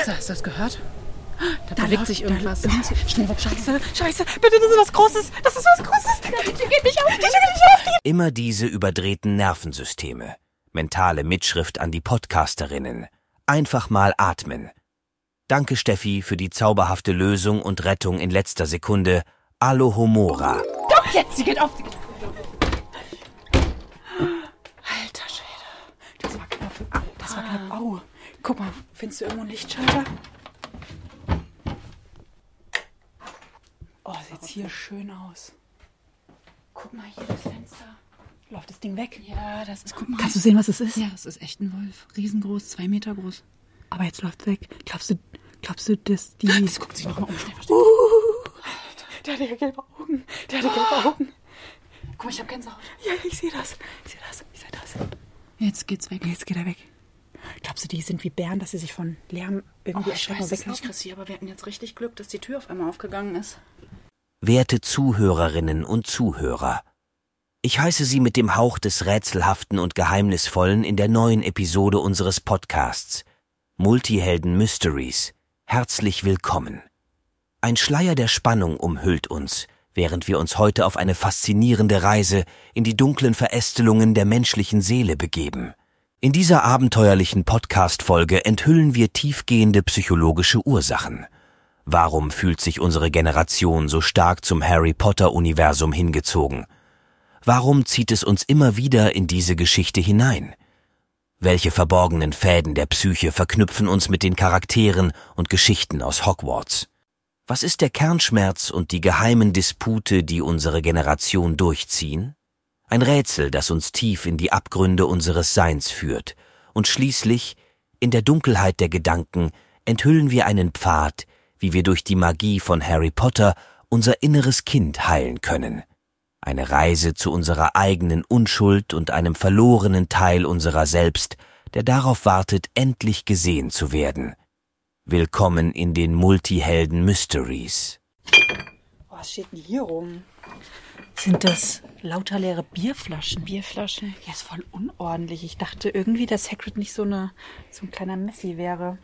Scheiße, hast du das gehört? Da bewegt sich irgendwas. Schnell weg, Scheiße, bitte, das ist was Großes. Die geht nicht auf, die geht nicht auf. Immer diese überdrehten Nervensysteme. Mentale Mitschrift an die Podcasterinnen. Einfach mal atmen. Danke, Steffi, für die zauberhafte Lösung und Rettung in letzter Sekunde. Alohomora. Doch, jetzt, sie geht auf. Alter Schwede. Das war knapp. Au. Guck mal, findest du irgendwo einen Lichtschalter? Oh, sieht's hier schön aus. Guck mal hier das Fenster. Läuft das Ding weg? Ja, das ist, guck mal. Kannst du sehen, was es ist? Ja, es ist echt ein Wolf. Riesengroß, 2 Meter groß. Aber jetzt läuft's weg. Glaubst du, dass die... Das guckt sich nochmal um. Schnell, Der hat ja gelbe Augen. Guck mal, ich hab Gänsehaut. Ja, ich sehe das. Jetzt geht's weg. Jetzt geht er weg. Glaubst du, die sind wie Bären, dass sie sich von Lärm irgendwie Ich weiß es nicht, weglaufen? Chrissy, aber wir hatten jetzt richtig Glück, dass die Tür auf einmal aufgegangen ist. Werte Zuhörerinnen und Zuhörer. Ich heiße Sie mit dem Hauch des Rätselhaften und Geheimnisvollen in der neuen Episode unseres Podcasts Multihelden Mysteries. Herzlich willkommen. Ein Schleier der Spannung umhüllt uns, während wir uns heute auf eine faszinierende Reise in die dunklen Verästelungen der menschlichen Seele begeben. In dieser abenteuerlichen Podcast-Folge enthüllen wir tiefgehende psychologische Ursachen. Warum fühlt sich unsere Generation so stark zum Harry-Potter-Universum hingezogen? Warum zieht es uns immer wieder in diese Geschichte hinein? Welche verborgenen Fäden der Psyche verknüpfen uns mit den Charakteren und Geschichten aus Hogwarts? Was ist der Kernschmerz und die geheimen Dispute, die unsere Generation durchziehen? Ein Rätsel, das uns tief in die Abgründe unseres Seins führt. Und schließlich, in der Dunkelheit der Gedanken, enthüllen wir einen Pfad, wie wir durch die Magie von Harry Potter unser inneres Kind heilen können. Eine Reise zu unserer eigenen Unschuld und einem verlorenen Teil unserer selbst, der darauf wartet, endlich gesehen zu werden. Willkommen in den Multihelden Mysteries. Oh, was steht denn hier rum? Sind das lauter leere Bierflaschen? Bierflaschen? Ja, ist voll unordentlich. Ich dachte irgendwie, dass Hagrid nicht so ein kleiner Messi wäre.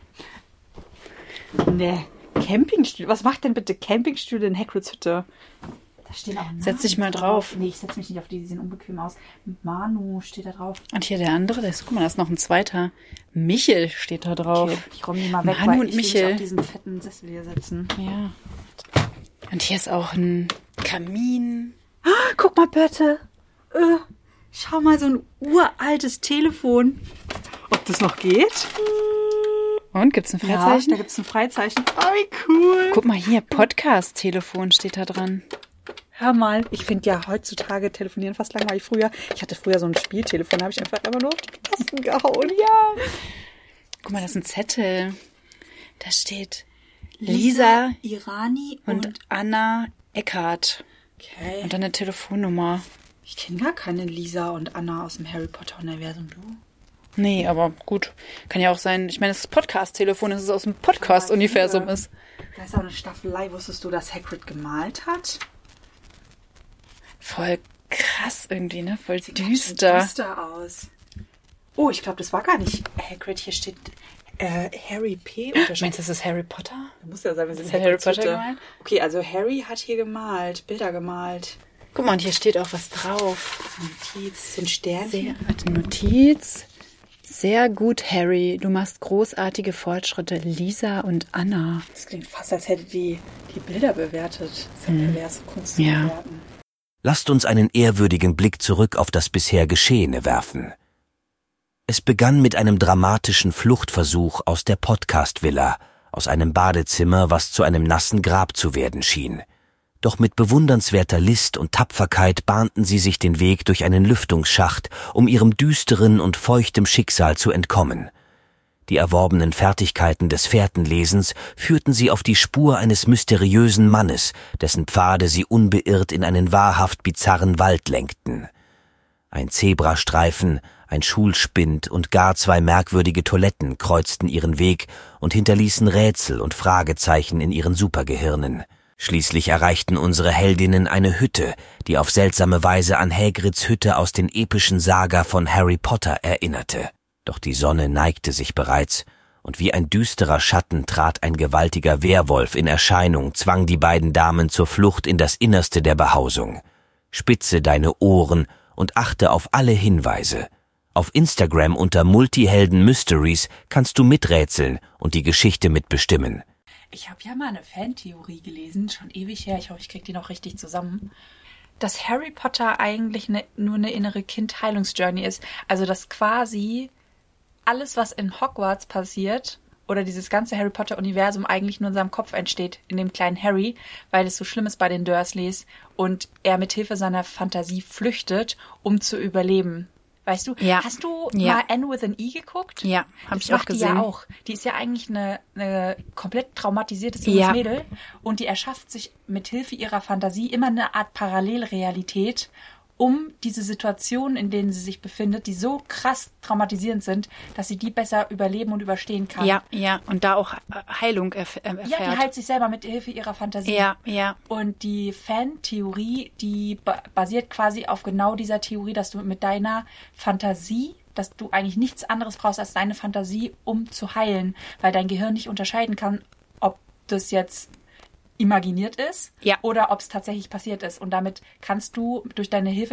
Ne, Campingstühle. Was macht denn bitte Campingstühle in Hagrids Hütte? Da stehen auch Namen. Setz dich mal drauf. Nee, ich setz mich nicht auf die sehen unbequem aus. Manu steht da drauf. Und hier der andere, guck mal, da ist noch ein zweiter. Michel steht da drauf. Okay, ich räume die mal weg, Manu weil und ich will Michel. nicht auf diesen fetten Sessel hier sitzen. Ja. Und hier ist auch ein Kamin. Guck mal, Birte. Schau mal, so ein uraltes Telefon. Ob das noch geht? Und, gibt's ein Ja, Freizeichen? da gibt's ein Freizeichen. Oh, wie cool. Guck mal hier, Podcast-Telefon steht da dran. Hör mal, ich finde ja heutzutage telefonieren fast langweilig. Ich hatte früher so ein Spieltelefon, da habe ich einfach immer nur auf die Tasten gehauen. Ja. Guck mal, das ist ein Zettel. Da steht Lisa Irani und Anna Eckhardt. Okay. Und dann eine Telefonnummer. Ich kenne gar keine Lisa und Anna aus dem Harry Potter-Universum, du? Nee, aber gut. Kann ja auch sein, ich meine, das ist Podcast-Telefon, dass es aus dem Podcast-Universum ist. Da ist auch eine Staffelei. Wusstest du, dass Hagrid gemalt hat? Voll krass irgendwie, ne? Voll Sieht düster. ganz düster aus. Oh, ich glaube, das war gar nicht Hagrid. Hier steht Harry P. Meinst du, das ist Harry Potter? Muss ja sein, wir sind Ist Harry Hagrids Potter Hütte. gemalt? Okay, also Harry hat hier gemalt, Bilder gemalt. Guck mal, und hier steht auch was drauf. Notiz, so ein Sternchen. Warte, Notiz. Sehr gut, Harry. Du machst großartige Fortschritte. Lisa und Anna. Das klingt fast, als hätte die Bilder bewertet. Das ist ja perverse Kunst zu Ja. bewerten. Lasst uns einen ehrwürdigen Blick zurück auf das bisher Geschehene werfen. Es begann mit einem dramatischen Fluchtversuch aus der Podcast-Villa, aus einem Badezimmer, was zu einem nassen Grab zu werden schien. Doch mit bewundernswerter List und Tapferkeit bahnten sie sich den Weg durch einen Lüftungsschacht, um ihrem düsteren und feuchtem Schicksal zu entkommen. Die erworbenen Fertigkeiten des Fährtenlesens führten sie auf die Spur eines mysteriösen Mannes, dessen Pfade sie unbeirrt in einen wahrhaft bizarren Wald lenkten. Ein Zebrastreifen, ein Schulspind und gar 2 merkwürdige Toiletten kreuzten ihren Weg und hinterließen Rätsel und Fragezeichen in ihren Supergehirnen. Schließlich erreichten unsere Heldinnen eine Hütte, die auf seltsame Weise an Hagrids Hütte aus den epischen Saga von Harry Potter erinnerte. Doch die Sonne neigte sich bereits, und wie ein düsterer Schatten trat ein gewaltiger Werwolf in Erscheinung, zwang die beiden Damen zur Flucht in das Innerste der Behausung. Spitze deine Ohren und achte auf alle Hinweise. Auf Instagram unter Multihelden Mysteries kannst du miträtseln und die Geschichte mitbestimmen. Ich habe ja mal eine Fantheorie gelesen, schon ewig her, ich hoffe, ich kriege die noch richtig zusammen, dass Harry Potter eigentlich nur eine innere Kind-Heilungsjourney ist. Also dass quasi alles, was in Hogwarts passiert, oder dieses ganze Harry Potter-Universum eigentlich nur in seinem Kopf entsteht, in dem kleinen Harry, weil es so schlimm ist bei den Dursleys und er mit Hilfe seiner Fantasie flüchtet, um zu überleben. Weißt du, hast du mal Anne with an E geguckt? Ja, habe ich auch gesehen. Die ja auch. Die ist ja eigentlich eine komplett traumatisiertes junges Mädel und die erschafft sich mit Hilfe ihrer Fantasie immer eine Art Parallelrealität, um diese Situationen, in denen sie sich befindet, die so krass traumatisierend sind, dass sie die besser überleben und überstehen kann. Ja, und da auch Heilung erfährt. Ja, die heilt sich selber mit Hilfe ihrer Fantasie. Ja. Und die Fan-Theorie, die basiert quasi auf genau dieser Theorie, dass du mit deiner Fantasie, dass du eigentlich nichts anderes brauchst als deine Fantasie, um zu heilen, weil dein Gehirn nicht unterscheiden kann, ob das jetzt imaginiert ist oder ob es tatsächlich passiert ist. Und damit kannst du durch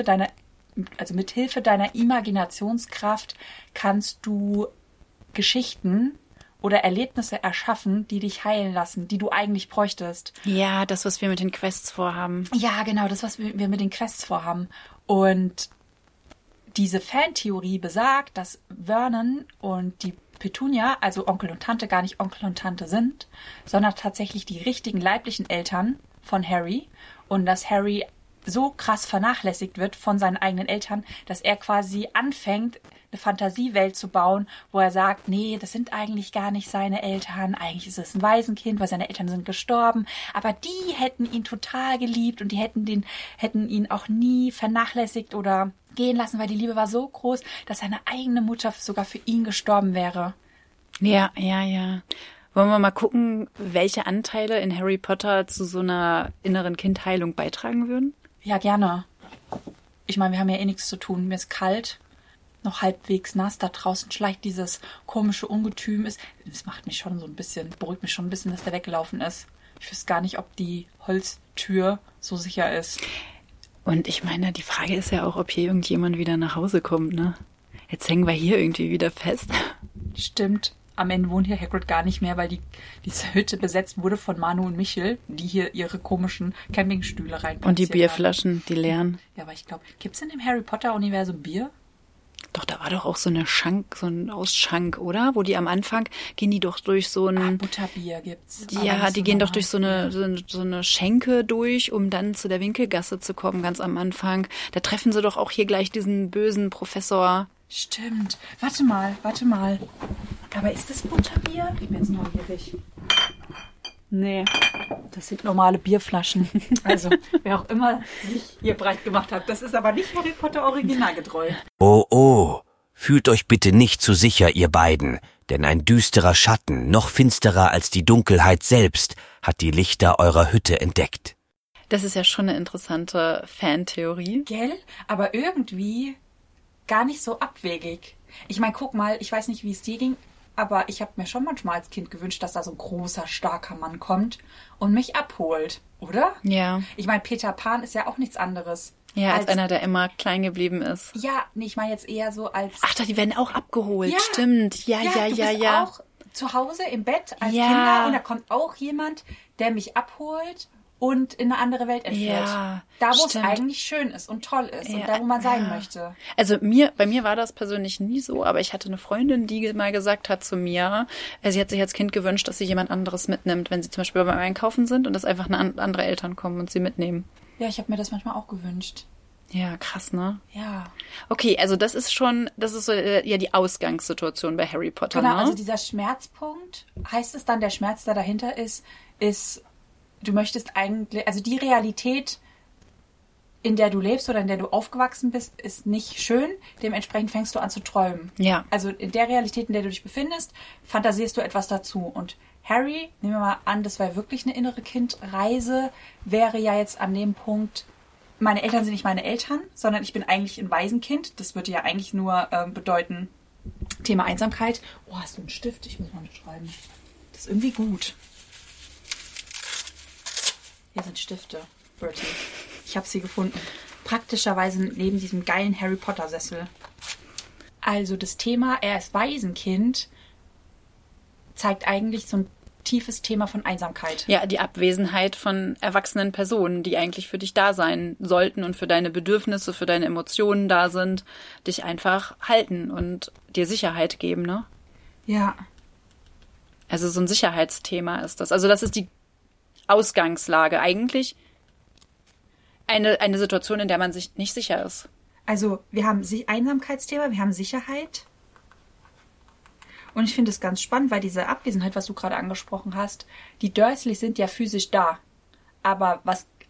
mit Hilfe deiner Imaginationskraft kannst du Geschichten oder Erlebnisse erschaffen, die dich heilen lassen, die du eigentlich bräuchtest. Ja, das, was wir mit den Quests vorhaben. Ja, genau, das, was wir mit den Quests vorhaben. Und diese Fantheorie besagt, dass Vernon und die Petunia, also Onkel und Tante, gar nicht Onkel und Tante sind, sondern tatsächlich die richtigen leiblichen Eltern von Harry und dass Harry so krass vernachlässigt wird von seinen eigenen Eltern, dass er quasi anfängt, eine Fantasiewelt zu bauen, wo er sagt, nee, das sind eigentlich gar nicht seine Eltern, eigentlich ist es ein Waisenkind, weil seine Eltern sind gestorben, aber die hätten ihn total geliebt und die hätten ihn auch nie vernachlässigt oder gehen lassen, weil die Liebe war so groß, dass seine eigene Mutter sogar für ihn gestorben wäre. Ja. Wollen wir mal gucken, welche Anteile in Harry Potter zu so einer inneren Kindheilung beitragen würden? Ja, gerne. Ich meine, wir haben ja eh nichts zu tun. Mir ist kalt, noch halbwegs nass. Da draußen schleicht dieses komische Ungetüm. Das macht mich schon so ein bisschen, beruhigt mich schon ein bisschen, dass der weggelaufen ist. Ich wüsste gar nicht, ob die Holztür so sicher ist. Und ich meine, die Frage ist ja auch, ob hier irgendjemand wieder nach Hause kommt, ne? Jetzt hängen wir hier irgendwie wieder fest. Stimmt. Am Ende wohnt hier Hagrid gar nicht mehr, weil diese Hütte besetzt wurde von Manu und Michel, die hier ihre komischen Campingstühle reinpacken. Und die Bierflaschen, die leeren. Ja, aber ich glaube, gibt es in dem Harry Potter-Universum Bier? Doch, da war doch auch so ein Ausschank, oder? Wo die am Anfang gehen die doch durch so ein... Butterbier gibt's. Ja, die gehen doch durch so eine Schenke durch, um dann zu der Winkelgasse zu kommen, ganz am Anfang. Da treffen sie doch auch hier gleich diesen bösen Professor. Stimmt. Warte mal. Aber ist das Butterbier? Ich bin jetzt neugierig. Nee, das sind normale Bierflaschen. Also, wer auch immer sich hier breit gemacht hat. Das ist aber nicht Harry Potter originalgetreu. Oh, fühlt euch bitte nicht zu sicher, ihr beiden, denn ein düsterer Schatten, noch finsterer als die Dunkelheit selbst, hat die Lichter eurer Hütte entdeckt. Das ist ja schon eine interessante Fantheorie. Gell? Aber irgendwie gar nicht so abwegig. Ich meine, guck mal, ich weiß nicht, wie es dir ging, aber ich habe mir schon manchmal als Kind gewünscht, dass da so ein großer, starker Mann kommt und mich abholt, oder? Ja. Ich meine, Peter Pan ist ja auch nichts anderes. Ja, als einer, der immer klein geblieben ist. Ja, nee, ich meine jetzt eher so als... Ach, die werden auch abgeholt, ja, stimmt. Ja. Du bist auch zu Hause im Bett als Kinder und da kommt auch jemand, der mich abholt und in eine andere Welt entführt. Ja, da, wo es eigentlich schön ist und toll ist und da, wo man sein möchte. Also bei mir war das persönlich nie so, aber ich hatte eine Freundin, die mal gesagt hat zu mir, sie hat sich als Kind gewünscht, dass sie jemand anderes mitnimmt, wenn sie zum Beispiel beim Einkaufen sind und dass einfach andere Eltern kommen und sie mitnehmen. Ja, ich habe mir das manchmal auch gewünscht. Ja, krass, ne? Ja. Okay, also das ist so die Ausgangssituation bei Harry Potter, genau, ne? Also dieser Schmerzpunkt, heißt es dann, der Schmerz, der dahinter ist, du möchtest eigentlich, also die Realität, in der du lebst oder in der du aufgewachsen bist, ist nicht schön. Dementsprechend fängst du an zu träumen. Ja. Also in der Realität, in der du dich befindest, fantasierst du etwas dazu. Und Harry, nehmen wir mal an, das war wirklich eine innere Kindreise, wäre ja jetzt an dem Punkt, meine Eltern sind nicht meine Eltern, sondern ich bin eigentlich ein Waisenkind. Das würde ja eigentlich nur bedeuten, Thema Einsamkeit. Oh, hast du einen Stift? Ich muss mal mitschreiben. Das ist irgendwie gut. Hier sind Stifte, Bertie. Ich habe sie gefunden. Praktischerweise neben diesem geilen Harry Potter Sessel. Also das Thema, er ist Waisenkind, zeigt eigentlich so ein tiefes Thema von Einsamkeit. Ja, die Abwesenheit von erwachsenen Personen, die eigentlich für dich da sein sollten und für deine Bedürfnisse, für deine Emotionen da sind, dich einfach halten und dir Sicherheit geben, ne? Ja. Also so ein Sicherheitsthema ist das. Also das ist die Ausgangslage. Eigentlich eine Situation, in der man sich nicht sicher ist. Also wir haben Einsamkeitsthema, wir haben Sicherheit. Und ich finde es ganz spannend, weil diese Abwesenheit, was du gerade angesprochen hast, die Dursleys sind ja physisch da. Aber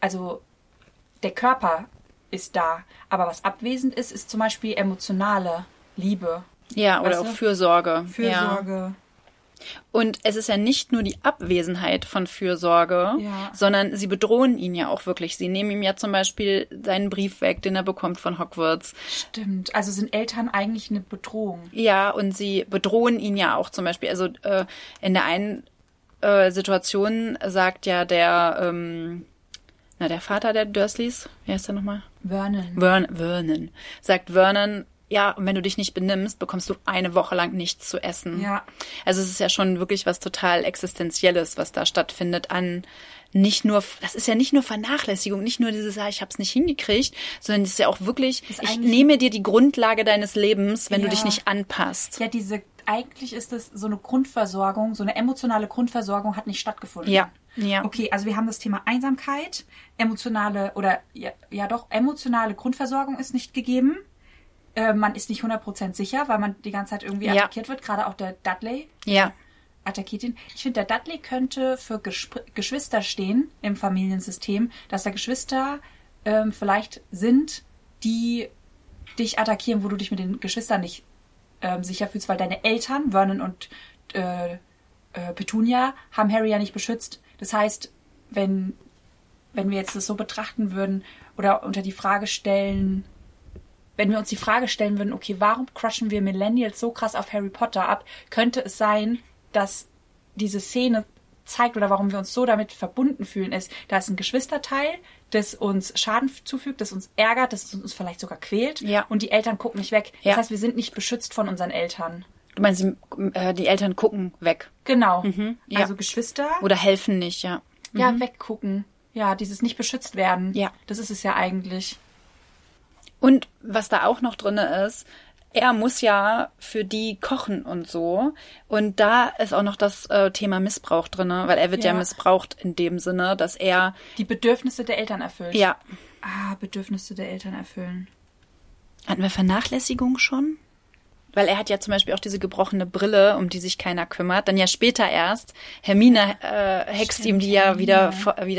der Körper ist da. Aber was abwesend ist, ist zum Beispiel emotionale Liebe. Ja, oder auch Fürsorge. Fürsorge. Ja. Und es ist ja nicht nur die Abwesenheit von Fürsorge, sondern sie bedrohen ihn ja auch wirklich. Sie nehmen ihm ja zum Beispiel seinen Brief weg, den er bekommt von Hogwarts. Stimmt, also sind Eltern eigentlich eine Bedrohung. Ja, und sie bedrohen ihn ja auch zum Beispiel. Also in der einen Situation sagt ja der Vater der Dursleys, wie heißt der nochmal? Vernon. Sagt Vernon, ja, und wenn du dich nicht benimmst, bekommst du eine Woche lang nichts zu essen. Ja. Also es ist ja schon wirklich was total Existenzielles, was da stattfindet das ist ja nicht nur Vernachlässigung, nicht nur dieses, ich hab's nicht hingekriegt, sondern es ist ja auch wirklich, ich nehme dir die Grundlage deines Lebens, wenn du dich nicht anpasst. Ja, eigentlich ist es so eine Grundversorgung, so eine emotionale Grundversorgung hat nicht stattgefunden. Ja. Okay, also wir haben das Thema Einsamkeit, emotionale Grundversorgung ist nicht gegeben. Man ist nicht 100% sicher, weil man die ganze Zeit irgendwie attackiert wird. Gerade auch der Dudley attackiert ihn. Ich finde, der Dudley könnte für Geschwister stehen im Familiensystem, dass da Geschwister vielleicht sind, die dich attackieren, wo du dich mit den Geschwistern nicht sicher fühlst, weil deine Eltern, Vernon und Petunia, haben Harry ja nicht beschützt. Das heißt, wenn wir jetzt das so betrachten würden oder unter die Frage stellen, wenn wir uns die Frage stellen würden, okay, warum crushen wir Millennials so krass auf Harry Potter ab, könnte es sein, dass diese Szene zeigt oder warum wir uns so damit verbunden fühlen, ist, da ist ein Geschwisterteil, das uns Schaden zufügt, das uns ärgert, das uns vielleicht sogar quält und die Eltern gucken nicht weg. Das heißt, wir sind nicht beschützt von unseren Eltern. Du meinst, die Eltern gucken weg? Genau. Also Geschwister. Oder helfen nicht, ja. Ja, weggucken. Ja, dieses nicht beschützt werden. Ja. Das ist es ja eigentlich. Und was da auch noch drin ist, er muss ja für die kochen und so. Und da ist auch noch das Thema Missbrauch drin, weil er wird ja missbraucht in dem Sinne, dass er die Bedürfnisse der Eltern erfüllt. Ja. Bedürfnisse der Eltern erfüllen. Hatten wir Vernachlässigung schon? Weil er hat ja zum Beispiel auch diese gebrochene Brille, um die sich keiner kümmert. Dann ja später erst. Hermine hext ihm die ja wieder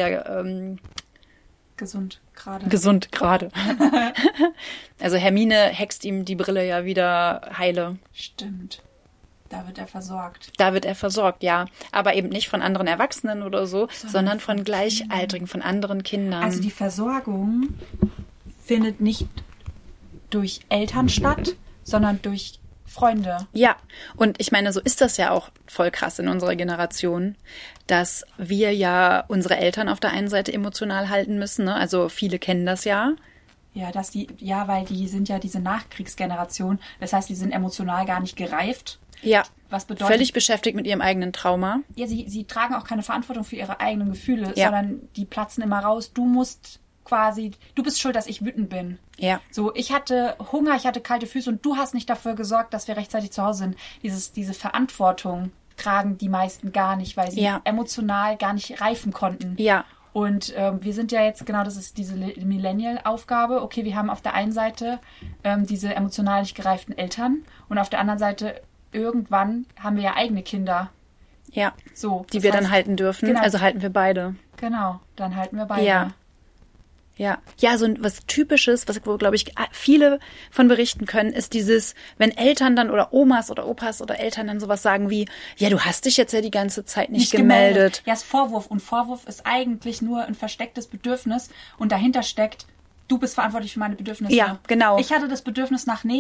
gesund gerade. Also Hermine hext ihm die Brille ja wieder heile. Stimmt. Da wird er versorgt. Ja. Aber eben nicht von anderen Erwachsenen oder so, sondern von Gleichaltrigen, von anderen Kindern. Also die Versorgung findet nicht durch Eltern statt, sondern durch Freunde. Ja, und ich meine, so ist das ja auch voll krass in unserer Generation, dass wir ja unsere Eltern auf der einen Seite emotional halten müssen, ne? Also viele kennen das ja. Ja, weil die sind ja diese Nachkriegsgeneration. Das heißt, die sind emotional gar nicht gereift. Ja, was bedeutet, völlig beschäftigt mit ihrem eigenen Trauma. Ja, sie tragen auch keine Verantwortung für ihre eigenen Gefühle, sondern die platzen immer raus. Du bist schuld, dass ich wütend bin. Ja. So, ich hatte Hunger, ich hatte kalte Füße und du hast nicht dafür gesorgt, dass wir rechtzeitig zu Hause sind. Diese Verantwortung tragen die meisten gar nicht, weil sie emotional gar nicht reifen konnten. Ja. Und wir sind ja jetzt, genau, das ist diese Millennial-Aufgabe. Okay, wir haben auf der einen Seite diese emotional nicht gereiften Eltern und auf der anderen Seite irgendwann haben wir ja eigene Kinder. Ja, so, die wir dann halten dürfen. Genau. Also halten wir beide. Genau, dann halten wir beide. Ja, so was Typisches, wo, glaube ich, viele von berichten können, ist dieses, wenn Eltern dann oder Omas oder Opas oder Eltern dann sowas sagen wie, ja, du hast dich jetzt ja die ganze Zeit nicht gemeldet. Ja, ist Vorwurf. Und Vorwurf ist eigentlich nur ein verstecktes Bedürfnis und dahinter steckt, du bist verantwortlich für meine Bedürfnisse. Ja, genau. Ich hatte das Bedürfnis nach Nähe.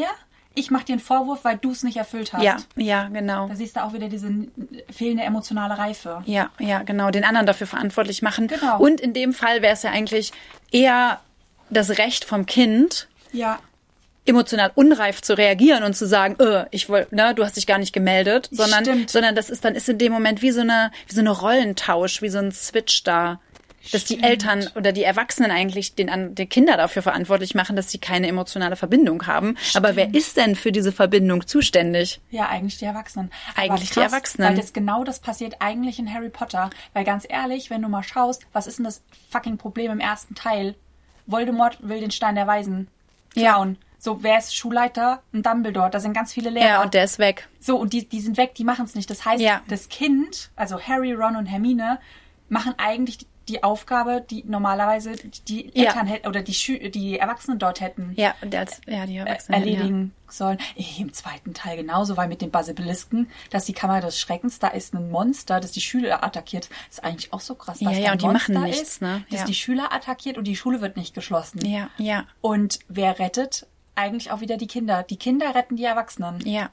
ich mache dir einen Vorwurf, weil du es nicht erfüllt hast. Ja, genau. Da siehst du auch wieder diese fehlende emotionale Reife. Ja, genau. Den anderen dafür verantwortlich machen. Genau. Und in dem Fall wäre es ja eigentlich eher das Recht vom Kind, emotional unreif zu reagieren und zu sagen, du hast dich gar nicht gemeldet, sondern das ist in dem Moment wie so eine Rollentausch, wie so ein Switch da. Dass die Eltern oder die Erwachsenen eigentlich die Kinder dafür verantwortlich machen, dass sie keine emotionale Verbindung haben. Aber wer ist denn für diese Verbindung zuständig? Ja, eigentlich die Erwachsenen. Die Erwachsenen. Weil das passiert eigentlich in Harry Potter. Weil ganz ehrlich, wenn du mal schaust, was ist denn das fucking Problem im ersten Teil? Voldemort will den Stein der Weisen klauen. Ja. So, wer ist Schulleiter? Ein Dumbledore. Da sind ganz viele Lehrer. Ja, und der ist weg. So, und die sind weg, die machen es nicht. Das heißt, das Kind, also Harry, Ron und Hermine, machen eigentlich die Aufgabe, die normalerweise die Eltern hätten oder die Erwachsenen dort hätten die Erwachsenen erledigen sollen. Im zweiten Teil genauso, weil mit den Basilisken, dass die Kammer des Schreckens, da ist ein Monster, das die Schüler attackiert. Das ist eigentlich auch so krass, dass und die Monster machen nichts, ne? Das die Schüler attackiert und die Schule wird nicht geschlossen. Ja. Und wer rettet? Eigentlich auch wieder die Kinder. Die Kinder retten die Erwachsenen. Ja.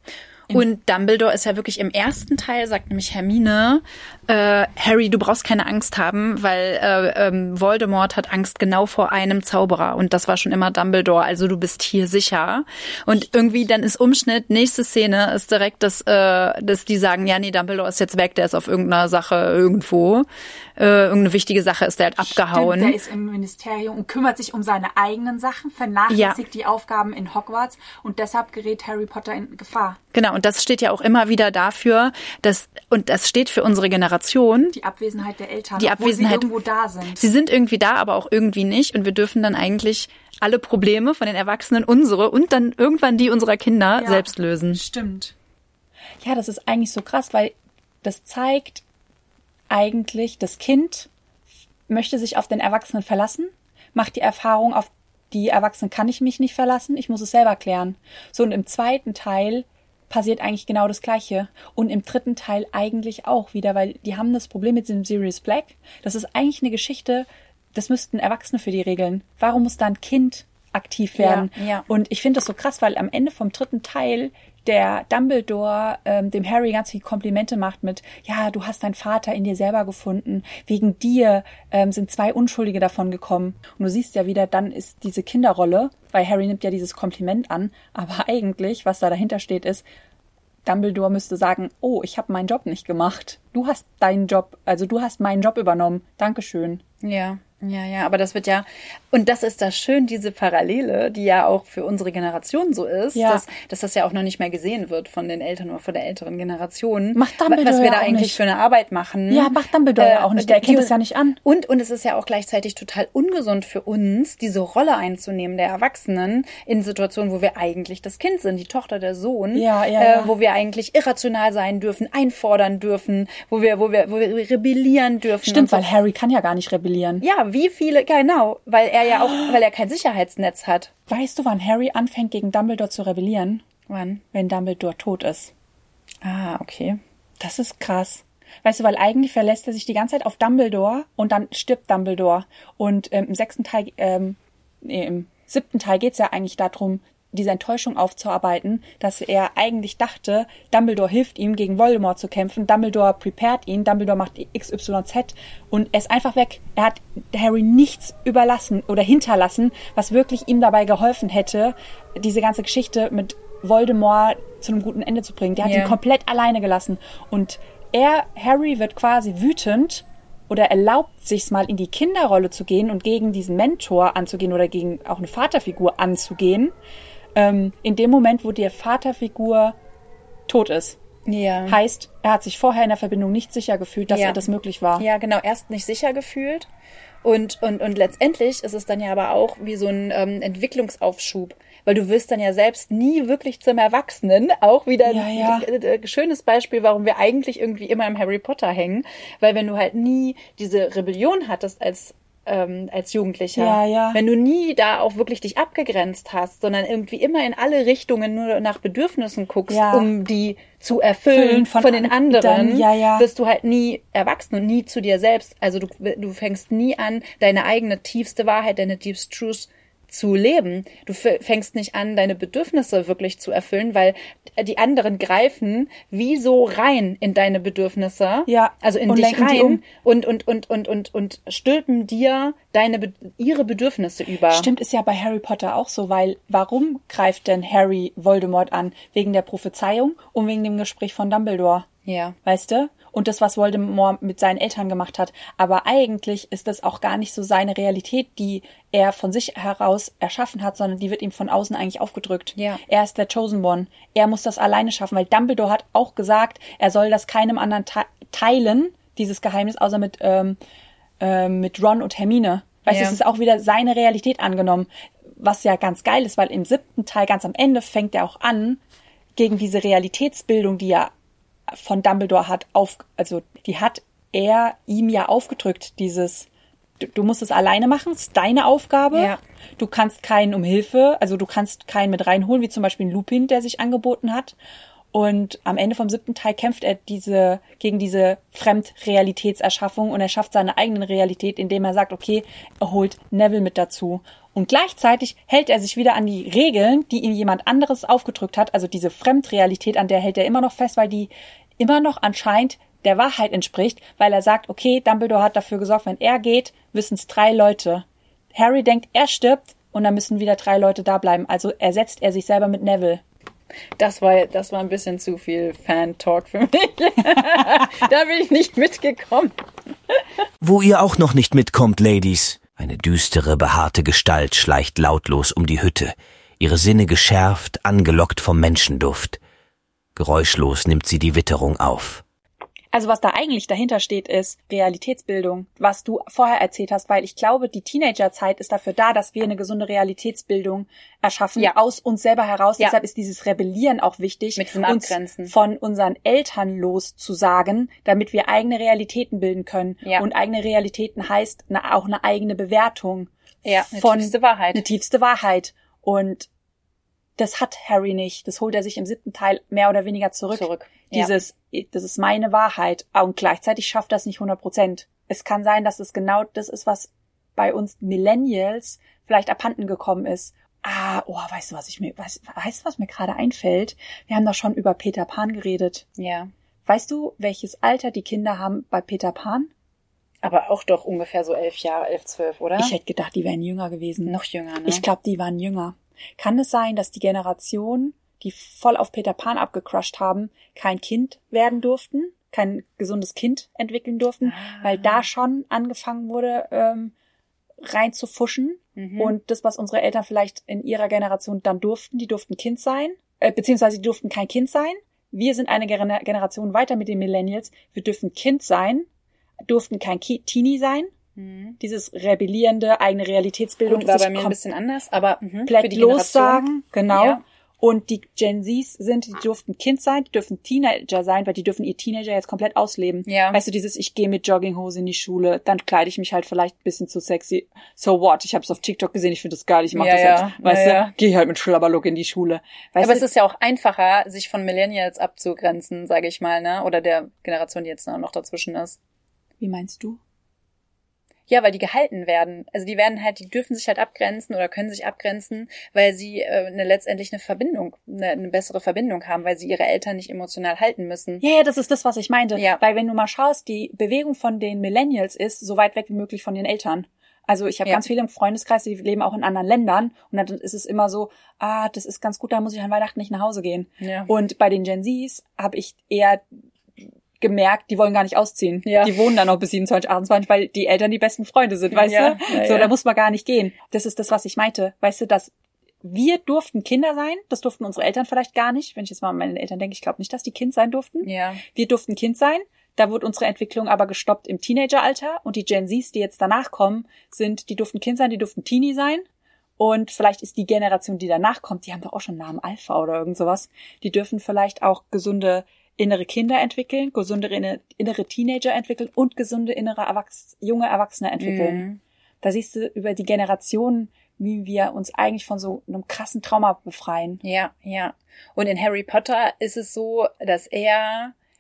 Und Dumbledore ist ja wirklich im ersten Teil, sagt nämlich Hermine, Harry, du brauchst keine Angst haben, weil Voldemort hat Angst genau vor einem Zauberer. Und das war schon immer Dumbledore, also du bist hier sicher. Und irgendwie dann ist Umschnitt, nächste Szene ist direkt, dass die sagen, ja, nee, Dumbledore ist jetzt weg, der ist auf irgendeiner Sache irgendwo. Irgendeine wichtige Sache ist der halt abgehauen. Stimmt, der ist im Ministerium und kümmert sich um seine eigenen Sachen, vernachlässigt die Aufgaben in Hogwarts und deshalb gerät Harry Potter in Gefahr. Genau, und das steht ja auch immer wieder dafür, das steht für unsere Generation. Die Abwesenheit der Eltern, obwohl sie irgendwo da sind. Sie sind irgendwie da, aber auch irgendwie nicht. Und wir dürfen dann eigentlich alle Probleme von den Erwachsenen, unsere und dann irgendwann die unserer Kinder selbst lösen. Stimmt. Ja, das ist eigentlich so krass, weil das zeigt eigentlich, das Kind möchte sich auf den Erwachsenen verlassen, macht die Erfahrung, auf die Erwachsenen kann ich mich nicht verlassen, ich muss es selber klären. So, und im zweiten Teil passiert eigentlich genau das Gleiche. Und im dritten Teil eigentlich auch wieder, weil die haben das Problem mit dem Sirius Black. Das ist eigentlich eine Geschichte, das müssten Erwachsene für die regeln. Warum muss da ein Kind aktiv werden? Ja. Und ich finde das so krass, weil am Ende vom dritten Teil der Dumbledore dem Harry ganz viele Komplimente macht mit, ja, du hast deinen Vater in dir selber gefunden, wegen dir sind 2 Unschuldige davon gekommen. Und du siehst ja wieder, dann ist diese Kinderrolle, weil Harry nimmt ja dieses Kompliment an, aber eigentlich, was da dahinter steht, ist, Dumbledore müsste sagen, oh, ich habe meinen Job nicht gemacht. Du hast meinen Job übernommen. Dankeschön. Ja, aber das wird ja, und das ist das schön, diese Parallele, die ja auch für unsere Generation so ist, dass das ja auch noch nicht mehr gesehen wird von den Eltern oder von der älteren Generation. Macht Dumbledore was wir da auch eigentlich nicht für eine Arbeit machen. Ja, macht Dumbledore ja auch nicht, der erkennt es ja nicht an. Und es ist ja auch gleichzeitig total ungesund für uns, diese Rolle einzunehmen der Erwachsenen in Situationen, wo wir eigentlich das Kind sind, die Tochter, der Sohn, wo wir eigentlich irrational sein dürfen, einfordern dürfen, wo wir rebellieren dürfen. Stimmt, weil Harry kann ja gar nicht rebellieren. Ja, wie viele, genau, weil er kein Sicherheitsnetz hat. Weißt du, wann Harry anfängt, gegen Dumbledore zu rebellieren? Wann? Wenn Dumbledore tot ist. Ah, okay. Das ist krass. Weißt du, weil eigentlich verlässt er sich die ganze Zeit auf Dumbledore und dann stirbt Dumbledore. Und im 7. Teil geht's ja eigentlich darum, diese Enttäuschung aufzuarbeiten, dass er eigentlich dachte, Dumbledore hilft ihm, gegen Voldemort zu kämpfen. Dumbledore prepared ihn, Dumbledore macht XYZ und er ist einfach weg. Er hat Harry nichts überlassen oder hinterlassen, was wirklich ihm dabei geholfen hätte, diese ganze Geschichte mit Voldemort zu einem guten Ende zu bringen. Der hat ihn komplett alleine gelassen. Und Harry wird quasi wütend oder erlaubt sich's mal in die Kinderrolle zu gehen und gegen diesen Mentor anzugehen oder gegen auch eine Vaterfigur anzugehen, in dem Moment, wo die Vaterfigur tot ist. Ja. Heißt, er hat sich vorher in der Verbindung nicht sicher gefühlt, dass das möglich war. Ja, genau. Erst nicht sicher gefühlt. Und letztendlich ist es dann ja aber auch wie so ein Entwicklungsaufschub. Weil du wirst dann ja selbst nie wirklich zum Erwachsenen. Auch wieder ein schönes Beispiel, warum wir eigentlich irgendwie immer im Harry Potter hängen. Weil wenn du halt nie diese Rebellion hattest als Jugendlicher. Wenn du nie da auch wirklich dich abgegrenzt hast, sondern irgendwie immer in alle Richtungen nur nach Bedürfnissen guckst, um die zu erfüllen von den anderen, wirst du halt nie erwachsen und nie zu dir selbst. Also du fängst nie an, deine eigene tiefste Wahrheit, deine deepest Truth zu leben. Du fängst nicht an, deine Bedürfnisse wirklich zu erfüllen, weil die anderen greifen wie so rein in deine Bedürfnisse, also in dich rein und stülpen dir ihre Bedürfnisse über. Stimmt, ist ja bei Harry Potter auch so, weil warum greift denn Harry Voldemort an? Wegen der Prophezeiung und wegen dem Gespräch von Dumbledore. Ja. Weißt du? Und das, was Voldemort mit seinen Eltern gemacht hat. Aber eigentlich ist das auch gar nicht so seine Realität, die er von sich heraus erschaffen hat, sondern die wird ihm von außen eigentlich aufgedrückt. Ja. Er ist der Chosen One. Er muss das alleine schaffen, weil Dumbledore hat auch gesagt, er soll das keinem anderen teilen, dieses Geheimnis, außer mit Ron und Hermine. Weißt du, es ist auch wieder seine Realität angenommen. Was ja ganz geil ist, weil im 7. Teil, ganz am Ende, fängt er auch an, gegen diese Realitätsbildung, die er von Dumbledore hat, die hat er ihm ja aufgedrückt, du musst es alleine machen, es ist deine Aufgabe. Ja. Du kannst keinen um Hilfe, also du kannst keinen mit reinholen, wie zum Beispiel ein Lupin, der sich angeboten hat. Und am Ende vom 7. Teil kämpft er gegen diese Fremdrealitätserschaffung und er schafft seine eigene Realität, indem er sagt, okay, er holt Neville mit dazu. Und gleichzeitig hält er sich wieder an die Regeln, die ihm jemand anderes aufgedrückt hat. Also diese Fremdrealität, an der hält er immer noch fest, weil die immer noch anscheinend der Wahrheit entspricht, weil er sagt, okay, Dumbledore hat dafür gesorgt, wenn er geht, wissen es 3 Leute. Harry denkt, er stirbt und dann müssen wieder 3 Leute da bleiben. Also ersetzt er sich selber mit Neville. Das war ein bisschen zu viel Fan-Talk für mich. Da bin ich nicht mitgekommen. Wo ihr auch noch nicht mitkommt, Ladies. Eine düstere, behaarte Gestalt schleicht lautlos um die Hütte, ihre Sinne geschärft, angelockt vom Menschenduft. Geräuschlos nimmt sie die Witterung auf. Also was da eigentlich dahinter steht, ist Realitätsbildung, was du vorher erzählt hast, weil ich glaube, die Teenagerzeit ist dafür da, dass wir eine gesunde Realitätsbildung erschaffen, aus uns selber heraus. Deshalb ist dieses Rebellieren auch wichtig, mit uns von unseren Eltern loszusagen, damit wir eigene Realitäten bilden können. Ja. Und eigene Realitäten heißt auch eine eigene Bewertung. Ja, eine tiefste Wahrheit. Und das hat Harry nicht. Das holt er sich im 7. Teil mehr oder weniger zurück. Das ist meine Wahrheit. Und gleichzeitig schafft das nicht 100%. Es kann sein, dass es genau das ist, was bei uns Millennials vielleicht abhanden gekommen ist. Weißt du, was mir gerade einfällt? Wir haben doch schon über Peter Pan geredet. Ja. Weißt du, welches Alter die Kinder haben bei Peter Pan? Aber auch doch ungefähr so 11, 12, oder? Ich hätte gedacht, die wären jünger gewesen. Noch jünger, ne? Ich glaube, die waren jünger. Kann es sein, dass die Generation, die voll auf Peter Pan abgecrusht haben, kein Kind werden durften, kein gesundes Kind entwickeln durften, weil da schon angefangen wurde, rein zu fuschen. Mhm. Und das, was unsere Eltern vielleicht in ihrer Generation dann durften, die durften Kind sein, beziehungsweise die durften kein Kind sein. Wir sind eine Generation weiter mit den Millennials. Wir dürfen Kind sein, durften kein Teenie sein. Dieses rebellierende, eigene Realitätsbildung. Gut, war bei mir ein bisschen anders, aber komplett lossagen, genau. Ja. Und die Gen Zs die durften Kind sein, die dürfen Teenager sein, weil die dürfen ihr Teenager jetzt komplett ausleben. Ja. Weißt du, ich gehe mit Jogginghose in die Schule, dann kleide ich mich halt vielleicht ein bisschen zu sexy. So what? Ich habe es auf TikTok gesehen, ich finde das geil, ich mache das jetzt. Weißt du, gehe halt mit Schlabberlook in die Schule. Aber es ist ja auch einfacher, sich von Millennials abzugrenzen, sage ich mal, ne? Oder der Generation, die jetzt noch dazwischen ist. Wie meinst du? Ja, weil die gehalten werden. Also die dürfen sich halt abgrenzen oder können sich abgrenzen, weil sie letztendlich eine bessere Verbindung haben, weil sie ihre Eltern nicht emotional halten müssen. Ja, das ist das, was ich meinte. Ja. Weil wenn du mal schaust, die Bewegung von den Millennials ist so weit weg wie möglich von den Eltern. Also ich habe ganz viele im Freundeskreis, die leben auch in anderen Ländern und dann ist es immer so, das ist ganz gut, da muss ich an Weihnachten nicht nach Hause gehen. Ja. Und bei den Gen Zs habe ich eher gemerkt, die wollen gar nicht ausziehen. Ja. Die wohnen dann noch bis 27, 28, weil die Eltern die besten Freunde sind, weißt du? So, da muss man gar nicht gehen. Das ist das, was ich meinte. Weißt du, dass wir durften Kinder sein, das durften unsere Eltern vielleicht gar nicht. Wenn ich jetzt mal an meine Eltern denke, ich glaube nicht, dass die Kind sein durften. Ja. Wir durften Kind sein. Da wurde unsere Entwicklung aber gestoppt im Teenageralter. Und die Gen Zs, die jetzt danach kommen, die durften Kind sein, die durften Teenie sein. Und vielleicht ist die Generation, die danach kommt, die haben doch auch schon einen Namen Alpha oder irgend sowas. Die dürfen vielleicht auch gesunde innere Kinder entwickeln, gesunde innere Teenager entwickeln und gesunde junge Erwachsene entwickeln. Da siehst du über die Generationen, wie wir uns eigentlich von so einem krassen Trauma befreien. Ja, ja. Und in Harry Potter ist es so, dass er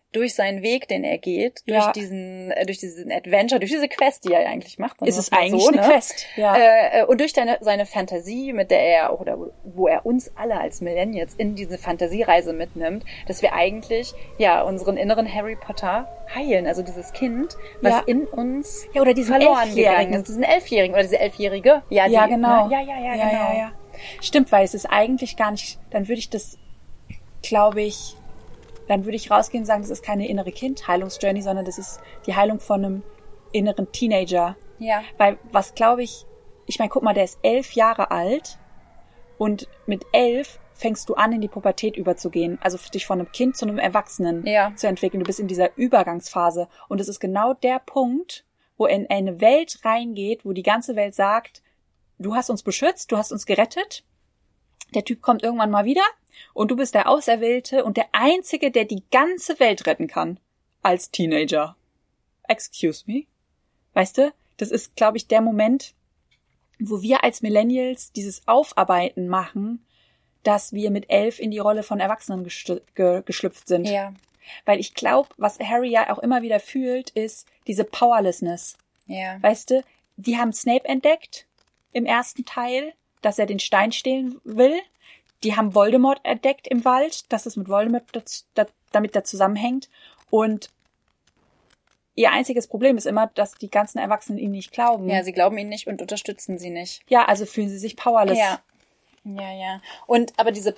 durch seinen Weg, den er geht, Ja. durch diesen Adventure, durch diese Quest, die er eigentlich macht. Ist es eigentlich eine Quest? Ja. Und durch seine Fantasie, mit der er, oder wo er uns alle als Millennials in diese Fantasiereise mitnimmt, dass wir eigentlich, ja, unseren inneren Harry Potter heilen. Also dieses Kind, was Ja. in uns Ja, oder diesen verloren gegangen Elfjährigen. ist. Diesen Elfjährigen oder diese Elfjährige. Ja, Ja, die, genau. Ne? Ja, genau. Ja. Stimmt, weil es ist eigentlich gar nicht, dann würde ich das, glaube ich, dann würde ich rausgehen und sagen, das ist keine innere Kind-Heilungsjourney, sondern das ist die Heilung von einem inneren Teenager. Ja. Weil, was glaube ich meine, guck mal, der ist 11 Jahre alt und mit 11 fängst du an, in die Pubertät überzugehen. Also dich von einem Kind zu einem Erwachsenen zu entwickeln. Du bist in dieser Übergangsphase. Und es ist genau der Punkt, wo er in eine Welt reingeht, wo die ganze Welt sagt, du hast uns beschützt, du hast uns gerettet. Der Typ kommt irgendwann mal wieder und du bist der Auserwählte und der Einzige, der die ganze Welt retten kann. Als Teenager. Excuse me? Weißt du, das ist, glaube ich, der Moment, wo wir als Millennials dieses Aufarbeiten machen, dass wir mit 11 in die Rolle von Erwachsenen geschlüpft sind. Ja. Weil ich glaube, was Harry ja auch immer wieder fühlt, ist diese Powerlessness. Ja. Weißt du, die haben Snape entdeckt im ersten Teil, dass er den Stein stehlen will. Die haben Voldemort entdeckt im Wald, dass es mit Voldemort damit da zusammenhängt. Und ihr einziges Problem ist immer, dass die ganzen Erwachsenen ihnen nicht glauben. Ja, sie glauben ihnen nicht und unterstützen sie nicht. Ja, also fühlen sie sich powerless. Ja. Und aber diese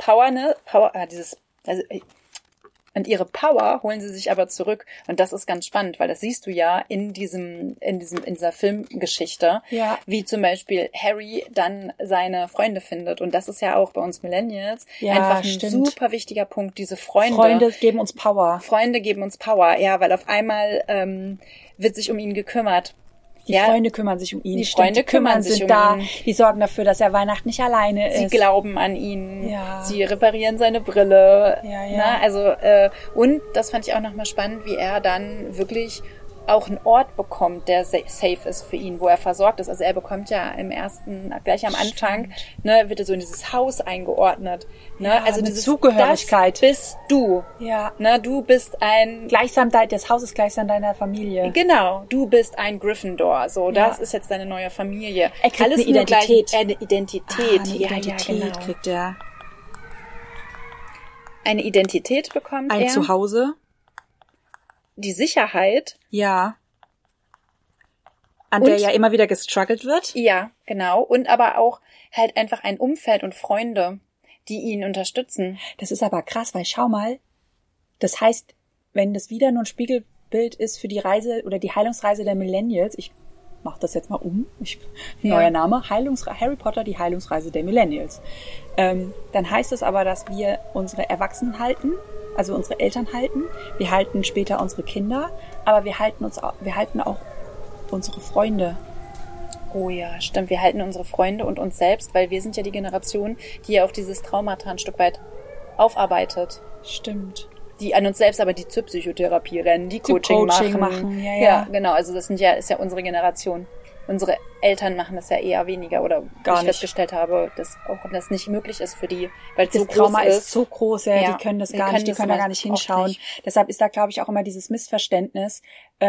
und ihre Power holen sie sich aber zurück. Und das ist ganz spannend, weil das siehst du ja in dieser Filmgeschichte, wie zum Beispiel Harry dann seine Freunde findet. Und das ist ja auch bei uns Millennials einfach ein super wichtiger Punkt, diese Freunde. Freunde geben uns Power. Freunde geben uns Power, ja, weil auf einmal wird sich um ihn gekümmert. Die Freunde kümmern sich um ihn. Die Freunde kümmern sich sind da. Die sorgen dafür, dass er Weihnachten nicht alleine ist. Sie glauben an ihn. Ja. Sie reparieren seine Brille. Ja. Na, also, und das fand ich auch nochmal spannend, wie er dann wirklich auch einen Ort bekommt, der safe ist für ihn, wo er versorgt ist. Also er bekommt ja gleich am Anfang, ne, wird er so in dieses Haus eingeordnet. Ne? Ja, also mit dieses Zugehörigkeit. Das bist du. Ja. Ne, du bist das Haus ist gleichsam deiner Familie. Genau, du bist ein Gryffindor. So, das ist jetzt deine neue Familie. Er kriegt Alles eine Identität. Eine Identität. Genau. Kriegt er. Eine Identität bekommt Ein er. Zuhause. Die Sicherheit. Ja. An der ja immer wieder gestruggelt wird. Ja, genau. Und aber auch halt einfach ein Umfeld und Freunde, die ihn unterstützen. Das ist aber krass, weil schau mal, das heißt, wenn das wieder nur ein Spiegelbild ist für die Reise oder die Heilungsreise der Millennials, ich mach das jetzt mal um, neuer Name, Harry Potter, die Heilungsreise der Millennials. Dann heißt es aber, dass wir unsere Erwachsenen halten, also unsere Eltern halten, wir halten später unsere Kinder, aber wir halten auch unsere Freunde. Oh ja, stimmt. Wir halten unsere Freunde und uns selbst, weil wir sind ja die Generation, die ja auch dieses Traumata ein Stück weit aufarbeitet. Stimmt. Die an uns selbst aber die zur Psychotherapie rennen, die Coaching machen. Ja, genau. Also das ist ja unsere Generation. Unsere Eltern machen das ja eher weniger oder gar ich nicht. Festgestellt habe, dass auch das nicht möglich ist für die, weil es das so groß Trauma ist. ist so groß, die können das gar nicht, die können da gar nicht hinschauen. Deshalb ist da, glaube ich, auch immer dieses Missverständnis,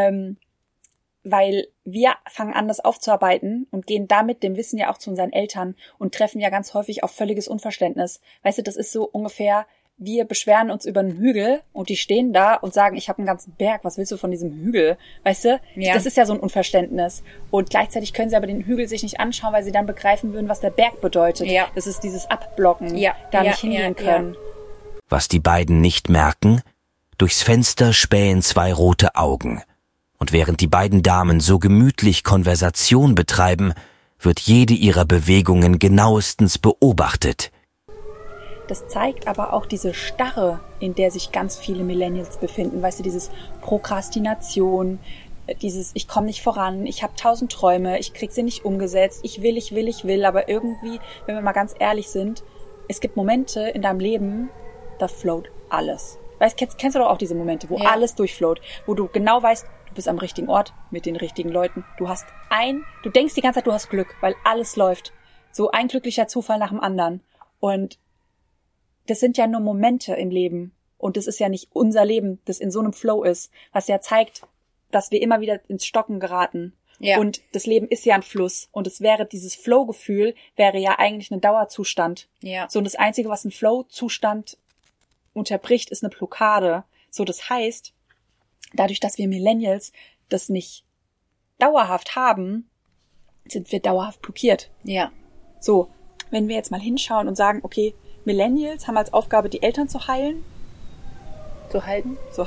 weil wir fangen an, das aufzuarbeiten und gehen damit dem Wissen ja auch zu unseren Eltern und treffen ja ganz häufig auf völliges Unverständnis. Weißt du, das ist so ungefähr, wir beschweren uns über einen Hügel und die stehen da und sagen, ich habe einen ganzen Berg, was willst du von diesem Hügel? Weißt du? Ja. Das ist ja so ein Unverständnis. Und gleichzeitig können sie aber den Hügel sich nicht anschauen, weil sie dann begreifen würden, was der Berg bedeutet. Ja. Das ist dieses Abblocken, da nicht hingehen können. Was die beiden nicht merken, durchs Fenster spähen zwei rote Augen. Und während die beiden Damen so gemütlich Konversation betreiben, wird jede ihrer Bewegungen genauestens beobachtet. Das zeigt aber auch diese Starre, in der sich ganz viele Millennials befinden. Weißt du, dieses Prokrastination, dieses ich komme nicht voran, ich habe 1000 Träume, ich krieg sie nicht umgesetzt, ich will, aber irgendwie, wenn wir mal ganz ehrlich sind, es gibt Momente in deinem Leben, da float alles. Weißt, kennst du doch auch diese Momente, wo alles durchfloat, wo du genau weißt, du bist am richtigen Ort, mit den richtigen Leuten. Du denkst die ganze Zeit, du hast Glück, weil alles läuft. So ein glücklicher Zufall nach dem anderen. Und das sind ja nur Momente im Leben. Und das ist ja nicht unser Leben, das in so einem Flow ist, was ja zeigt, dass wir immer wieder ins Stocken geraten. Ja. Und das Leben ist ja ein Fluss. Und es wäre, dieses Flow-Gefühl wäre ja eigentlich ein Dauerzustand. Ja. So, und das Einzige, was einen Flow-Zustand unterbricht, ist eine Blockade. So, das heißt, dadurch, dass wir Millennials das nicht dauerhaft haben, sind wir dauerhaft blockiert. Ja. So, wenn wir jetzt mal hinschauen und sagen, okay, Millennials haben als Aufgabe, die Eltern zu heilen, Zu halten. zu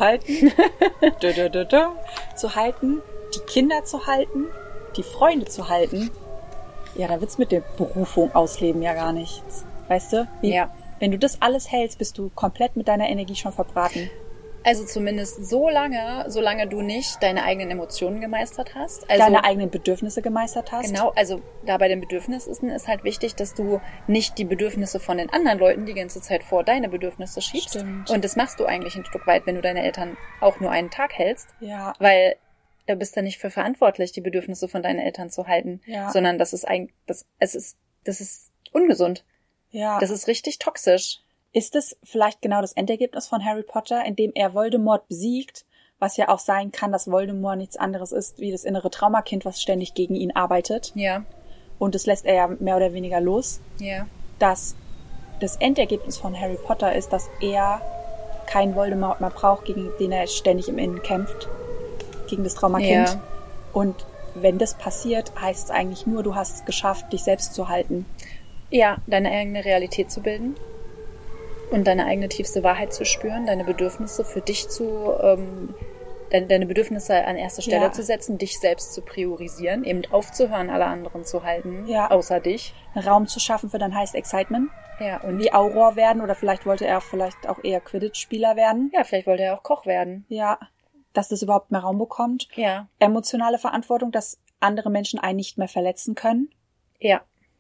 halten, die Kinder zu halten, die Freunde zu halten, ja, dann wird's mit der Berufung ausleben ja gar nichts. Weißt du? Ja. Wenn du das alles hältst, bist du komplett mit deiner Energie schon verbraten. Also zumindest solange du nicht deine eigenen Emotionen gemeistert hast. Also Deine eigenen Bedürfnisse gemeistert hast. Genau, also da bei den Bedürfnissen ist halt wichtig, dass du nicht die Bedürfnisse von den anderen Leuten die ganze Zeit vor deine Bedürfnisse schiebst. Stimmt. Und das machst du eigentlich ein Stück weit, wenn du deine Eltern auch nur einen Tag hältst. Ja. Weil du bist ja nicht für verantwortlich, die Bedürfnisse von deinen Eltern zu halten. Ja. Sondern das ist das ist ungesund. Ja. Das ist richtig toxisch. Ist es vielleicht genau das Endergebnis von Harry Potter, in dem er Voldemort besiegt, was ja auch sein kann, dass Voldemort nichts anderes ist wie das innere Traumakind, was ständig gegen ihn arbeitet. Ja. Und das lässt er ja mehr oder weniger los. Ja. Dass das Endergebnis von Harry Potter ist, dass er keinen Voldemort mehr braucht, gegen den er ständig im Innen kämpft. Gegen das Traumakind. Ja. Und wenn das passiert, heißt es eigentlich nur, du hast es geschafft, dich selbst zu halten. Ja, deine eigene Realität zu bilden. Und deine eigene tiefste Wahrheit zu spüren, deine Bedürfnisse für dich deine Bedürfnisse an erste Stelle zu setzen, dich selbst zu priorisieren, eben aufzuhören, alle anderen zu halten, außer dich. Einen Raum zu schaffen für dein Highest Excitement. Ja, und wie Auror werden oder vielleicht wollte er auch eher Quidditch-Spieler werden. Ja, vielleicht wollte er auch Koch werden. Ja, dass das überhaupt mehr Raum bekommt. Ja. Emotionale Verantwortung, dass andere Menschen einen nicht mehr verletzen können. Ja.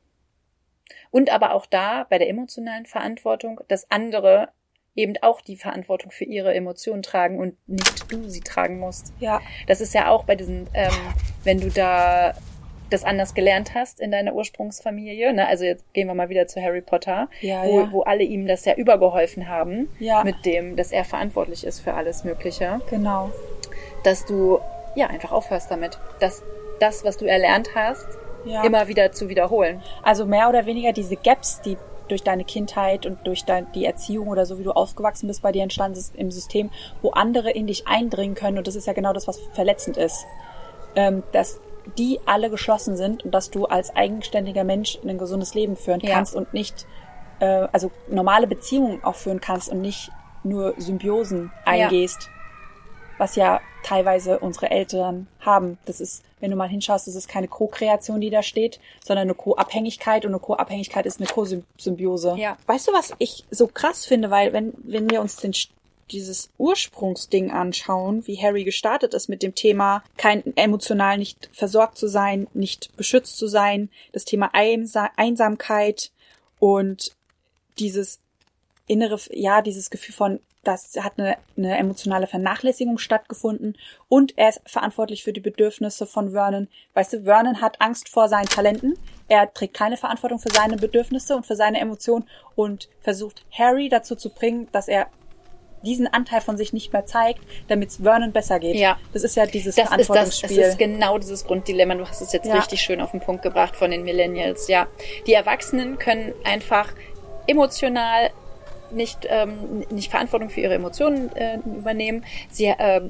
Und aber auch da, bei der emotionalen Verantwortung, dass andere eben auch die Verantwortung für ihre Emotionen tragen und nicht du sie tragen musst. Ja. Das ist ja auch bei diesen, wenn du da das anders gelernt hast in deiner Ursprungsfamilie, ne? Also jetzt gehen wir mal wieder zu Harry Potter, wo alle ihm das ja übergeholfen haben, mit dem, dass er verantwortlich ist für alles Mögliche. Genau. Dass du ja einfach aufhörst damit, dass das, was du erlernt hast, immer wieder zu wiederholen. Also mehr oder weniger diese Gaps, die durch deine Kindheit und durch die Erziehung oder so, wie du aufgewachsen bist, bei dir entstanden ist im System, wo andere in dich eindringen können. Und das ist ja genau das, was verletzend ist. Dass die alle geschlossen sind und dass du als eigenständiger Mensch ein gesundes Leben führen kannst und nicht, also normale Beziehungen auch führen kannst und nicht nur Symbiosen eingehst. Was ja teilweise unsere Eltern haben. Das ist, wenn du mal hinschaust, das ist keine Co-Kreation, die da steht, sondern eine Co-Abhängigkeit, und eine Co-Abhängigkeit ist eine Co-Symbiose. Ja. Weißt du, was ich so krass finde, weil wenn wir uns dieses Ursprungsding anschauen, wie Harry gestartet ist mit dem Thema, emotional nicht versorgt zu sein, nicht beschützt zu sein, das Thema Einsamkeit und dieses innere, dieses Gefühl von, das hat eine emotionale Vernachlässigung stattgefunden, und er ist verantwortlich für die Bedürfnisse von Vernon. Weißt du, Vernon hat Angst vor seinen Talenten, er trägt keine Verantwortung für seine Bedürfnisse und für seine Emotionen und versucht Harry dazu zu bringen, dass er diesen Anteil von sich nicht mehr zeigt, damit es Vernon besser geht. Ja. Das ist ja dieses Verantwortungsspiel. Das ist genau dieses Grunddilemma. Du hast es jetzt richtig schön auf den Punkt gebracht von den Millennials. Ja, die Erwachsenen können einfach emotional nicht Verantwortung für ihre Emotionen übernehmen. Sie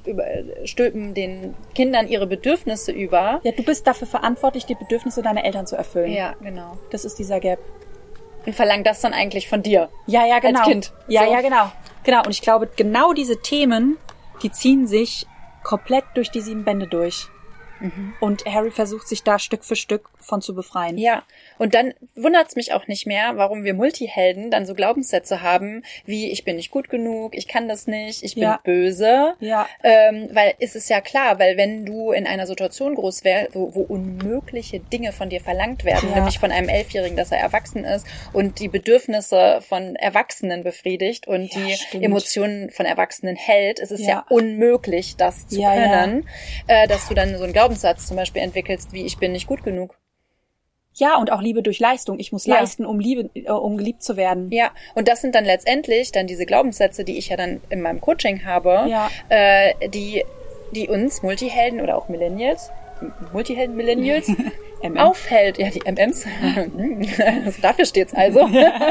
stülpen den Kindern ihre Bedürfnisse über. Ja, du bist dafür verantwortlich, die Bedürfnisse deiner Eltern zu erfüllen. Ja, genau. Das ist dieser Gap. Und verlangt das dann eigentlich von dir. Ja, genau. Als Kind. Ja, genau. Genau, und ich glaube, genau diese Themen, die ziehen sich komplett durch die 7 Bände durch. Mhm. Und Harry versucht sich da Stück für Stück von zu befreien. Ja, und dann wundert's mich auch nicht mehr, warum wir Multihelden dann so Glaubenssätze haben, wie ich bin nicht gut genug, ich kann das nicht, ich bin böse. Ja. Weil es ist ja klar, weil wenn du in einer Situation groß wärst, wo unmögliche Dinge von dir verlangt werden, nämlich von einem 11-Jährigen, dass er erwachsen ist und die Bedürfnisse von Erwachsenen befriedigt und die Emotionen von Erwachsenen hält, es ist ja unmöglich, das zu können, dass du dann so einen Glaubenssatz zum Beispiel entwickelst, wie ich bin nicht gut genug. Ja, und auch Liebe durch Leistung. Ich muss leisten, um geliebt zu werden. Ja, und das sind dann letztendlich dann diese Glaubenssätze, die ich ja dann in meinem Coaching habe, die uns Multihelden oder auch Millennials aufhält. Ja, die MMs. Also dafür steht's also.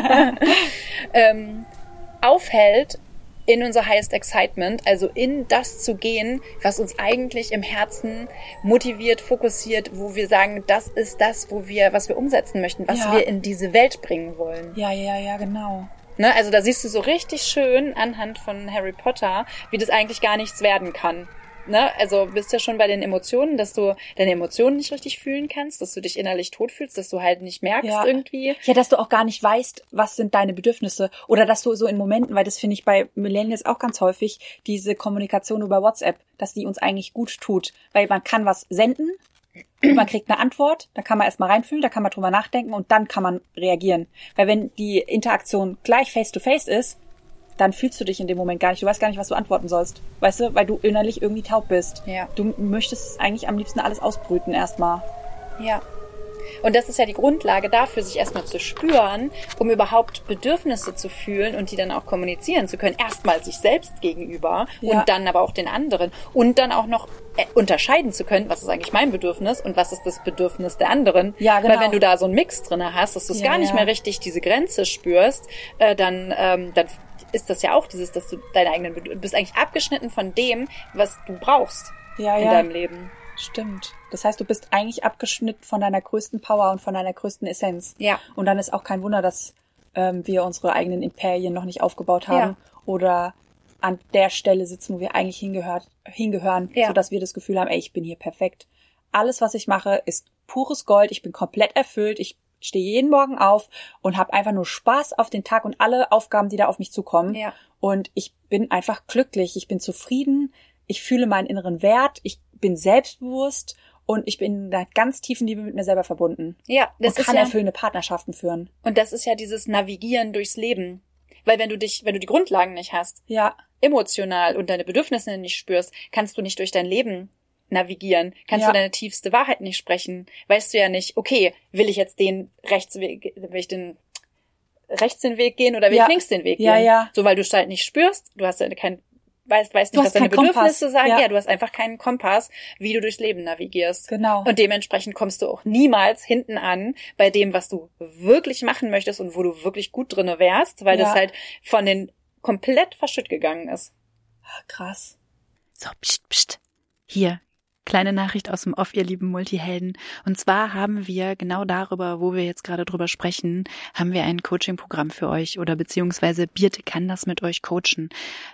Aufhält, in unser Highest Excitement, also in das zu gehen, was uns eigentlich im Herzen motiviert, fokussiert, wo wir sagen, das ist das, was wir umsetzen möchten, was wir in diese Welt bringen wollen. Ja, genau. Ne? Also da siehst du so richtig schön anhand von Harry Potter, wie das eigentlich gar nichts werden kann. Ne? Also bist ja schon bei den Emotionen, dass du deine Emotionen nicht richtig fühlen kannst, dass du dich innerlich tot fühlst, dass du halt nicht merkst irgendwie. Ja, dass du auch gar nicht weißt, was sind deine Bedürfnisse. Oder dass du so in Momenten, weil das finde ich bei Millennials auch ganz häufig, diese Kommunikation über WhatsApp, dass die uns eigentlich gut tut. Weil man kann was senden, man kriegt eine Antwort, da kann man erstmal reinfühlen, da kann man drüber nachdenken und dann kann man reagieren. Weil wenn die Interaktion gleich face-to-face ist, dann fühlst du dich in dem Moment gar nicht. Du weißt gar nicht, was du antworten sollst. Weißt du, weil du innerlich irgendwie taub bist. Ja. Du möchtest eigentlich am liebsten alles ausbrüten erstmal. Ja. Und das ist ja die Grundlage dafür, sich erstmal zu spüren, um überhaupt Bedürfnisse zu fühlen und die dann auch kommunizieren zu können. Erstmal sich selbst gegenüber und dann aber auch den anderen. Und dann auch noch unterscheiden zu können, was ist eigentlich mein Bedürfnis und was ist das Bedürfnis der anderen. Ja, genau. Weil wenn du da so einen Mix drin hast, dass du es gar nicht mehr richtig diese Grenze spürst, dann ist das ja auch dieses, dass du du bist eigentlich abgeschnitten von dem, was du brauchst in deinem Leben. Stimmt. Das heißt, du bist eigentlich abgeschnitten von deiner größten Power und von deiner größten Essenz. Ja. Und dann ist auch kein Wunder, dass wir unsere eigenen Imperien noch nicht aufgebaut haben oder an der Stelle sitzen, wo wir eigentlich hingehören, sodass wir das Gefühl haben, ey, ich bin hier perfekt. Alles, was ich mache, ist pures Gold. Ich bin komplett erfüllt. Ich stehe jeden Morgen auf und habe einfach nur Spaß auf den Tag und alle Aufgaben, die da auf mich zukommen. Ja. Und ich bin einfach glücklich. Ich bin zufrieden. Ich fühle meinen inneren Wert. Ich bin selbstbewusst und ich bin in einer ganz tiefen Liebe mit mir selber verbunden. Ja, das und kann erfüllende Partnerschaften führen. Und das ist ja dieses Navigieren durchs Leben. Weil wenn du die Grundlagen nicht hast, emotional und deine Bedürfnisse nicht spürst, kannst du nicht durch dein Leben navigieren. Kannst du deine tiefste Wahrheit nicht sprechen. Weißt du ja nicht, okay, will ich jetzt den rechts den Weg gehen oder will ich links den Weg gehen? Ja. So, weil du es halt nicht spürst, du hast ja weißt nicht, was deine Bedürfnisse sagen. Ja, du hast einfach keinen Kompass, wie du durchs Leben navigierst. Genau. Und dementsprechend kommst du auch niemals hinten an bei dem, was du wirklich machen möchtest und wo du wirklich gut drinne wärst, weil das halt von den komplett verschütt gegangen ist. Krass. So, pst. Hier, kleine Nachricht aus dem Off, ihr lieben Multihelden. Und zwar haben wir genau darüber, wo wir jetzt gerade drüber sprechen, haben wir ein Coaching-Programm für euch oder beziehungsweise Birte kann das mit euch coachen.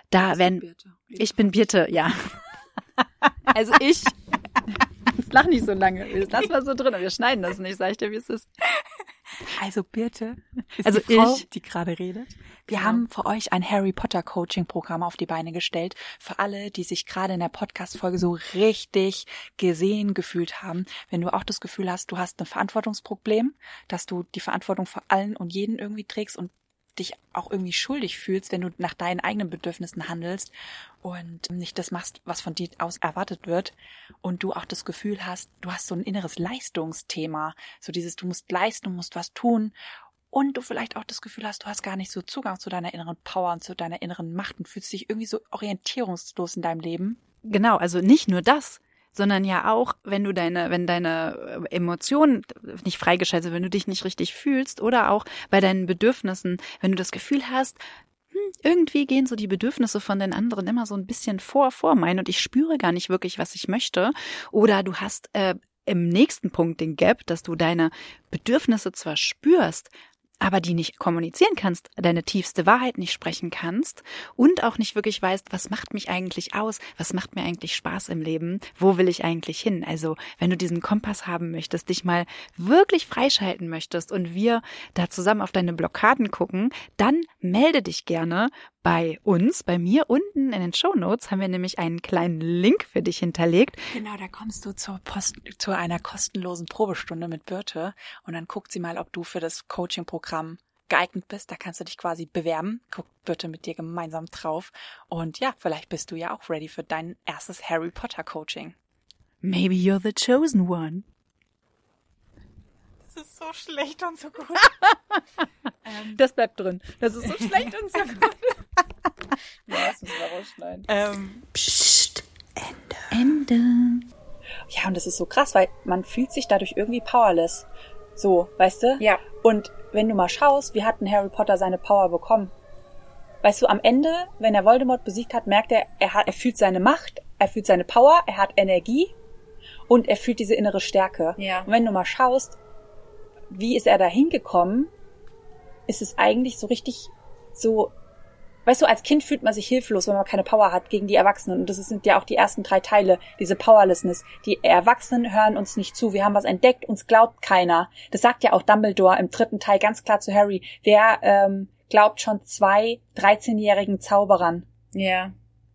Ich bin Birte, ja. Also ich lach nicht so lange. Lass mal so drin, wir schneiden das nicht, sag ich dir, wie es ist. Also Birte ist die Frau, die gerade redet. Wir haben für euch ein Harry Potter Coaching Programm auf die Beine gestellt. Für alle, die sich gerade in der Podcast-Folge so richtig gesehen gefühlt haben. Wenn du auch das Gefühl hast, du hast ein Verantwortungsproblem, dass du die Verantwortung für allen und jeden irgendwie trägst und dich auch irgendwie schuldig fühlst, wenn du nach deinen eigenen Bedürfnissen handelst und nicht das machst, was von dir aus erwartet wird und du auch das Gefühl hast, du hast so ein inneres Leistungsthema, so dieses, du musst leisten, du musst was tun und du vielleicht auch das Gefühl hast, du hast gar nicht so Zugang zu deiner inneren Power und zu deiner inneren Macht und fühlst dich irgendwie so orientierungslos in deinem Leben. Genau, also nicht nur das, sondern ja auch, wenn deine Emotionen nicht freigeschaltet sind, wenn du dich nicht richtig fühlst oder auch bei deinen Bedürfnissen, wenn du das Gefühl hast, irgendwie gehen so die Bedürfnisse von den anderen immer so ein bisschen vor meinen und ich spüre gar nicht wirklich, was ich möchte. Oder du hast im nächsten Punkt den Gap, dass du deine Bedürfnisse zwar spürst, aber die nicht kommunizieren kannst, deine tiefste Wahrheit nicht sprechen kannst und auch nicht wirklich weißt, was macht mich eigentlich aus, was macht mir eigentlich Spaß im Leben, wo will ich eigentlich hin? Also wenn du diesen Kompass haben möchtest, dich mal wirklich freischalten möchtest und wir da zusammen auf deine Blockaden gucken, dann melde dich gerne bei uns, bei mir unten in den Shownotes haben wir nämlich einen kleinen Link für dich hinterlegt. Genau, da kommst du zu einer kostenlosen Probestunde mit Birte und dann guckt sie mal, ob du für das Coaching-Programm geeignet bist. Da kannst du dich quasi bewerben. Guckt Birte mit dir gemeinsam drauf und ja, vielleicht bist du ja auch ready für dein erstes Harry Potter Coaching. Maybe you're the chosen one. Das ist so schlecht und so gut. Das bleibt drin. Das ist so schlecht und so gut. Ja, das müssen wir rausschneiden. Psst, Ende. Ja, und das ist so krass, weil man fühlt sich dadurch irgendwie powerless. So, weißt du? Ja. Und wenn du mal schaust, wie hat denn Harry Potter seine Power bekommen? Weißt du, am Ende, wenn er Voldemort besiegt hat, merkt er fühlt seine Macht, er fühlt seine Power, er hat Energie und er fühlt diese innere Stärke. Ja. Und wenn du mal schaust, wie ist er da hingekommen, ist es eigentlich so richtig so, weißt du, als Kind fühlt man sich hilflos, wenn man keine Power hat gegen die Erwachsenen. Und das sind ja auch die ersten 3 Teile, diese Powerlessness. Die Erwachsenen hören uns nicht zu. Wir haben was entdeckt, uns glaubt keiner. Das sagt ja auch Dumbledore im 3. Teil ganz klar zu Harry. Wer glaubt schon 2 13-jährigen Zauberern? Ja.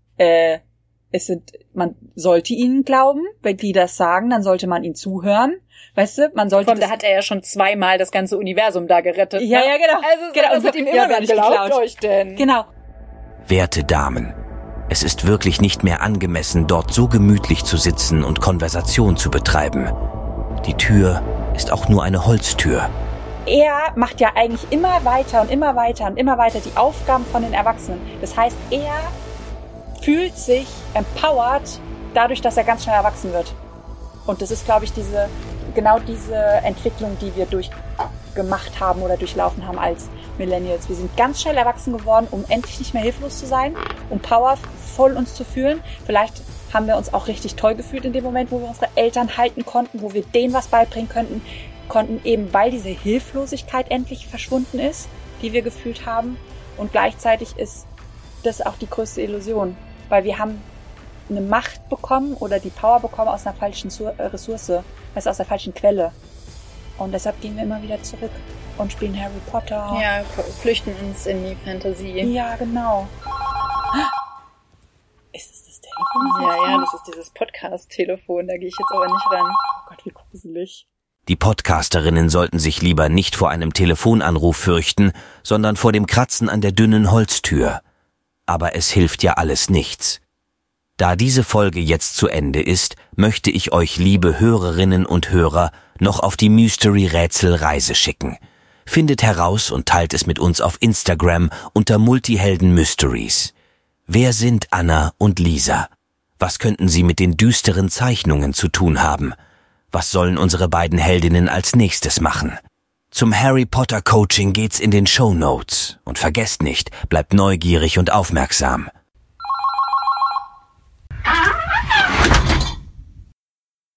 Man sollte ihnen glauben, wenn die das sagen, dann sollte man ihnen zuhören. Weißt du, man sollte. Komm, da hat er ja schon 2-mal das ganze Universum da gerettet. Ja, ne? ja, genau. Also genau. das wird ihm immer noch nicht geklaut. Euch denn? Genau. Werte Damen, es ist wirklich nicht mehr angemessen, dort so gemütlich zu sitzen und Konversation zu betreiben. Die Tür ist auch nur eine Holztür. Er macht ja eigentlich immer weiter und immer weiter und immer weiter die Aufgaben von den Erwachsenen. Das heißt, er fühlt sich empowered dadurch, dass er ganz schnell erwachsen wird. Und das ist, glaube ich, genau diese Entwicklung, die wir durchgemacht haben oder durchlaufen haben als Millennials. Wir sind ganz schnell erwachsen geworden, um endlich nicht mehr hilflos zu sein, um powervoll uns zu fühlen. Vielleicht haben wir uns auch richtig toll gefühlt in dem Moment, wo wir unsere Eltern halten konnten, wo wir denen was beibringen konnten, eben weil diese Hilflosigkeit endlich verschwunden ist, die wir gefühlt haben. Und gleichzeitig ist das auch die größte Illusion, weil wir haben eine Macht bekommen oder die Power bekommen aus einer falschen Ressource, also aus der falschen Quelle. Und deshalb gehen wir immer wieder zurück und spielen Harry Potter. Ja, flüchten uns in die Fantasie. Ja, genau. Ist es das Telefon? Ja, das ist dieses Podcast-Telefon, da gehe ich jetzt aber nicht ran. Oh Gott, wie gruselig. Die Podcasterinnen sollten sich lieber nicht vor einem Telefonanruf fürchten, sondern vor dem Kratzen an der dünnen Holztür. Aber es hilft ja alles nichts. Da diese Folge jetzt zu Ende ist, möchte ich euch, liebe Hörerinnen und Hörer, noch auf die Mystery-Rätsel-Reise schicken. Findet heraus und teilt es mit uns auf Instagram unter Multihelden Mysteries. Wer sind Anna und Lisa? Was könnten sie mit den düsteren Zeichnungen zu tun haben? Was sollen unsere beiden Heldinnen als nächstes machen? Zum Harry Potter Coaching geht's in den Shownotes. Und vergesst nicht, bleibt neugierig und aufmerksam.